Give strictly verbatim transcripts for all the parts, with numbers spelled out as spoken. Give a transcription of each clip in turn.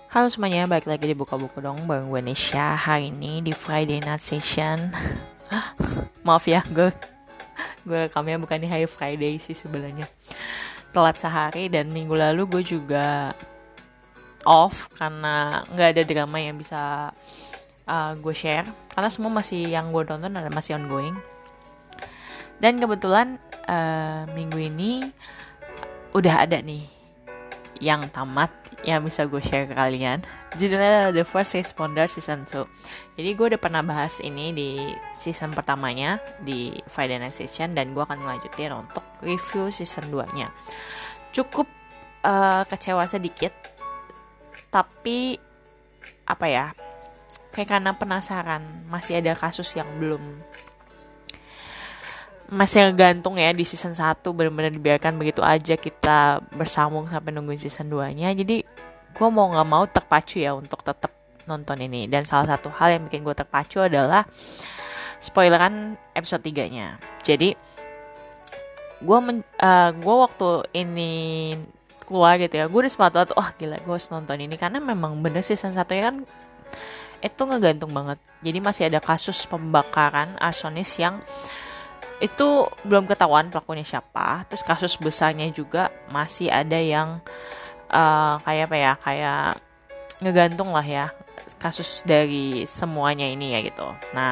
Halo semuanya, balik lagi di Buka Buku Dong bareng gue Nisha. Hari ini di Friday Night Session. Maaf ya, gue gue rekamnya bukan di hari Friday sih sebenarnya. Telat sehari dan minggu lalu gue juga off karena nggak ada drama yang bisa uh, gue share. Karena semua masih yang gue tonton ada masih ongoing. Dan kebetulan uh, minggu ini udah ada nih yang tamat yang bisa gue share ke kalian. Judulnya The First Responder Season two. Jadi gue udah pernah bahas ini di season pertamanya di Friday Night Session, dan gue akan melanjutin untuk review season two nya. Cukup uh, kecewa sedikit, tapi apa ya, kayak karena penasaran, masih ada kasus yang belum, masih gantung ya di season one, benar-benar dibiarkan begitu aja kita bersambung sampai nungguin season two nya. Jadi gue mau gak mau terpacu ya untuk tetap nonton ini. Dan salah satu hal yang bikin gue terpacu adalah spoileran episode three nya. Jadi gue men- uh, gue waktu ini keluar gitu ya, gue udah semangat banget, oh gila gue harus nonton ini, karena memang bener season one nya kan itu ngegantung banget. Jadi masih ada kasus pembakaran arsonis yang itu belum ketahuan pelakunya siapa. Terus kasus besarnya juga masih ada yang uh, kayak apa ya, kayak ngegantung lah ya kasus dari semuanya ini ya gitu. Nah,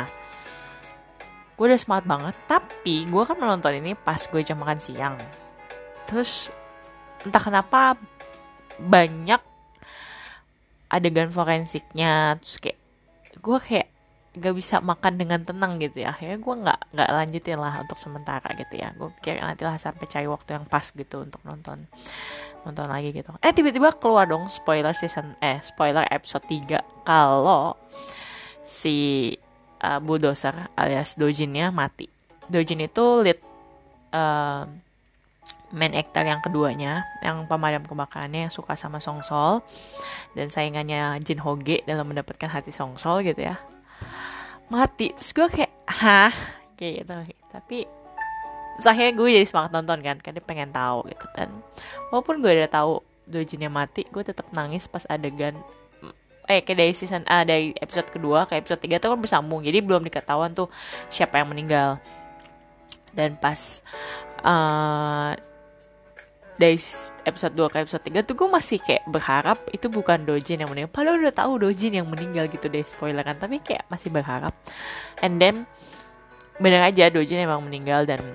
gue udah semangat banget, tapi gue kan menonton ini pas gue jam makan siang. Terus entah kenapa banyak adegan forensiknya, terus kayak gue kayak gak bisa makan dengan tenang gitu ya. Ya gue nggak nggak lanjutin lah untuk sementara gitu ya. Gue pikir nanti lah sampai cari waktu yang pas gitu untuk nonton nonton lagi gitu. Eh tiba-tiba keluar dong spoiler season eh spoiler episode three kalau si uh, bulldozer alias Dojinnya mati. Dojin itu lead uh, main actor yang keduanya, yang pemadam kebakarannya yang suka sama Song Sol dan saingannya Jin Hoge dalam mendapatkan hati Song Sol gitu ya, mati. Terus gue kayak hah kayak gitu. Tapi terus akhirnya gue jadi semangat nonton kan, karena pengen tahu gitu. Dan walaupun gue udah tahu Dojinnya mati, gue tetap nangis pas adegan eh kayak dari season ah dari episode kedua ke episode three tuh kan bersambung, jadi belum diketahuan tuh siapa yang meninggal. Dan pas uh, dari episode two ke episode three tuh gue masih kayak berharap itu bukan Dojin yang meninggal. Padahal udah tahu Dojin yang meninggal gitu deh, spoiler kan, tapi kayak masih berharap. And then bener aja Dojin emang meninggal. Dan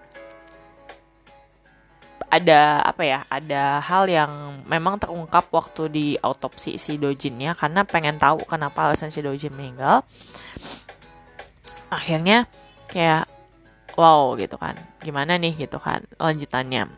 ada apa ya, ada hal yang memang terungkap waktu di autopsi si Dojinnya, karena pengen tahu kenapa alasan si Dojin meninggal. Akhirnya kayak wow gitu kan, gimana nih gitu kan lanjutannya.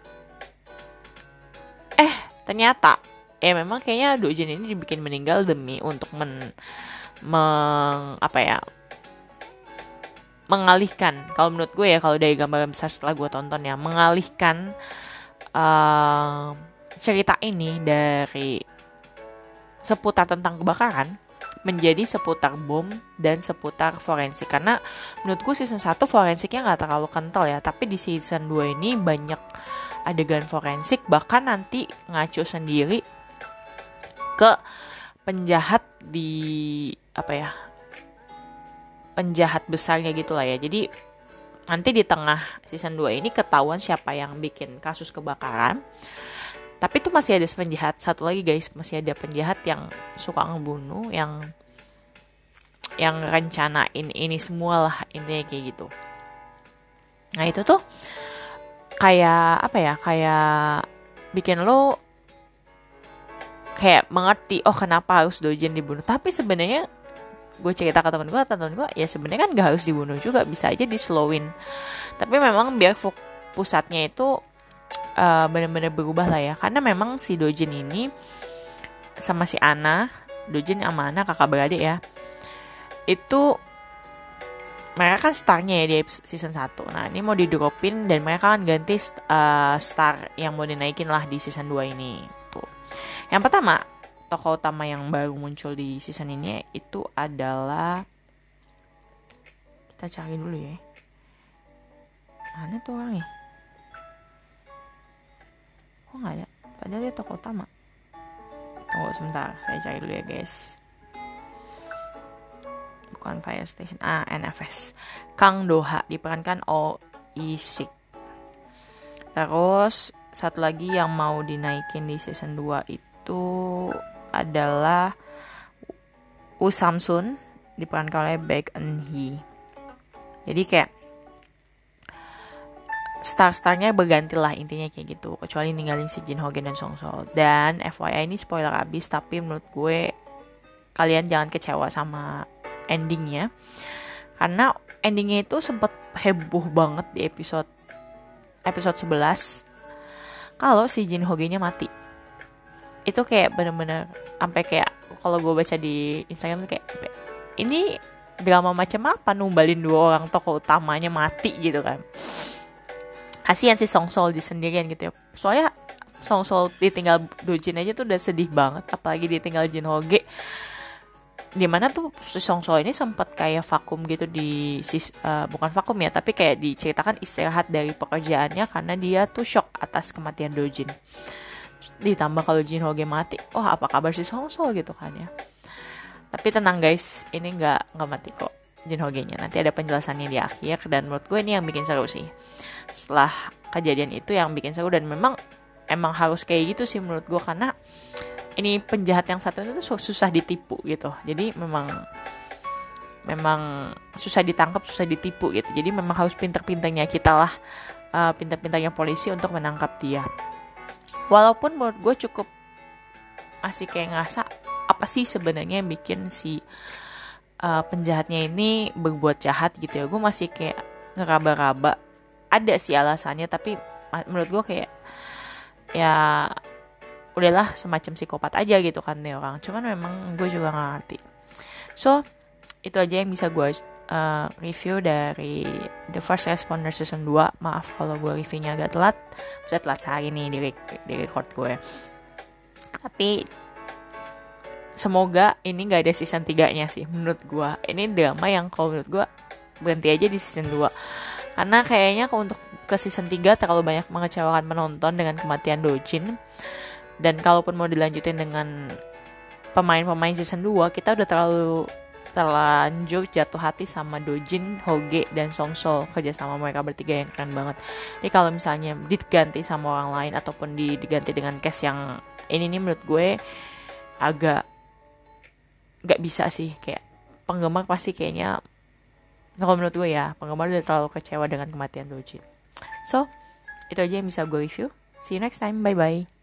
Eh ternyata ya memang kayaknya Dojin ini dibikin meninggal demi untuk men, meng apa ya mengalihkan, kalau menurut gue ya, kalau dari gambaran besar setelah gue tonton ya, mengalihkan uh, cerita ini dari seputar tentang kebakaran menjadi seputar bom dan seputar forensik. Karena menurut gue season one forensiknya gak terlalu kental ya, tapi di season two ini banyak adegan forensik, bahkan nanti ngacu sendiri ke penjahat di apa ya, penjahat besarnya gitu lah ya. Jadi nanti di tengah season two ini ketahuan siapa yang bikin kasus kebakaran. Tapi itu masih ada penjahat satu lagi guys, masih ada penjahat yang suka ngebunuh, yang yang rencanain ini semua lah, intinya kayak gitu. Nah itu tuh kayak apa ya, kayak bikin lo kayak mengerti, oh kenapa harus Dojin dibunuh. Tapi sebenarnya gue cerita ke temen gue, temen gue ya sebenarnya kan gak harus dibunuh juga, bisa aja di slowin. Tapi memang biar pusatnya itu uh, benar-benar berubah lah ya, karena memang si Dojin ini sama si Ana, Dojin sama Ana kakak beradik ya, itu mereka kan starnya ya di season one. Nah ini mau didropin dan mereka kan ganti uh, star yang mau dinaikin lah di season two ini tuh. Yang pertama, tokoh utama yang baru muncul di season ini itu adalah, kita cari dulu ya, mana tuh orangnya, kok nggak ada, padahal dia tokoh utama. Tunggu sebentar, saya cari dulu ya guys. Bukan Fire Station, ah N F S. Kang Do-ha diperankan Oh Lee-sik. Terus satu lagi yang mau dinaikin di season dua itu adalah Woo Samsun diperankan oleh Baek Eun-hee. Jadi kayak star-starnya bergantilah intinya kayak gitu, kecuali ninggalin si Jin Ho-ge dan Song Sol. Dan F Y I ini spoiler abis, tapi menurut gue kalian jangan kecewa sama endingnya, karena endingnya itu sempet heboh banget di episode episode sebelas kalau si Jin Ho-ge-nya mati. Itu kayak bener-bener sampai kayak kalau gue baca di Instagram kayak, ini drama macam apa numbalin dua orang tokoh utamanya mati gitu kan. Kasian si Song Sol di sendirian gitu ya. Soalnya Song Sol ditinggal Dojin aja tuh udah sedih banget, apalagi ditinggal Jin Ho-ge. Dimana tuh si Song Sol ini sempat kayak vakum gitu di uh, bukan vakum ya, tapi kayak diceritakan istirahat dari pekerjaannya karena dia tuh shock atas kematian Dojin. Ditambah kalau Jin Ho-ge mati, oh apa kabar si Song Sol gitu kan ya. Tapi tenang guys, ini nggak nggak mati kok Jin Ho-ge-nya. Nanti ada penjelasannya di akhir, dan menurut gue ini yang bikin seru sih. Setelah kejadian itu yang bikin seru, dan memang emang harus kayak gitu sih menurut gue, karena ini penjahat yang satu itu tuh susah ditipu gitu. Jadi memang memang susah ditangkap, susah ditipu gitu. Jadi memang harus pinter-pinternya kita lah, uh, pinter-pinternya polisi untuk menangkap dia. Walaupun menurut gue cukup masih kayak ngerasa apa sih sebenarnya yang bikin si uh, penjahatnya ini berbuat jahat gitu ya. Gue masih kayak ngeraba-raba. Ada sih alasannya, tapi menurut gue kayak ya udahlah semacam psikopat aja gitu kan nih orang. Cuman memang gue juga gak ngerti. So itu aja yang bisa gue uh, review dari The First Responder season dua. Maaf kalau gue reviewnya agak telat. Saya telat sehari nih di, di record gue. Tapi semoga ini gak ada season tiga-nya sih menurut gue. Ini drama yang kalau menurut gue berhenti aja di season dua. Karena kayaknya kalau untuk ke season tiga terlalu banyak mengecewakan penonton dengan kematian Dojin. Dan kalaupun mau dilanjutin dengan pemain-pemain season dua, kita udah terlalu terlanjur jatuh hati sama Dojin, Ho-ge, dan Song Sol. Kerjasama mereka bertiga yang keren banget. Jadi kalau misalnya diganti sama orang lain ataupun diganti dengan cast yang ini nih, menurut gue agak gak bisa sih. Kayak penggemar pasti kayaknya, kalau menurut gue ya, penggemar udah terlalu kecewa dengan kematian Dojin. So, itu aja yang bisa gue review. See you next time. Bye-bye.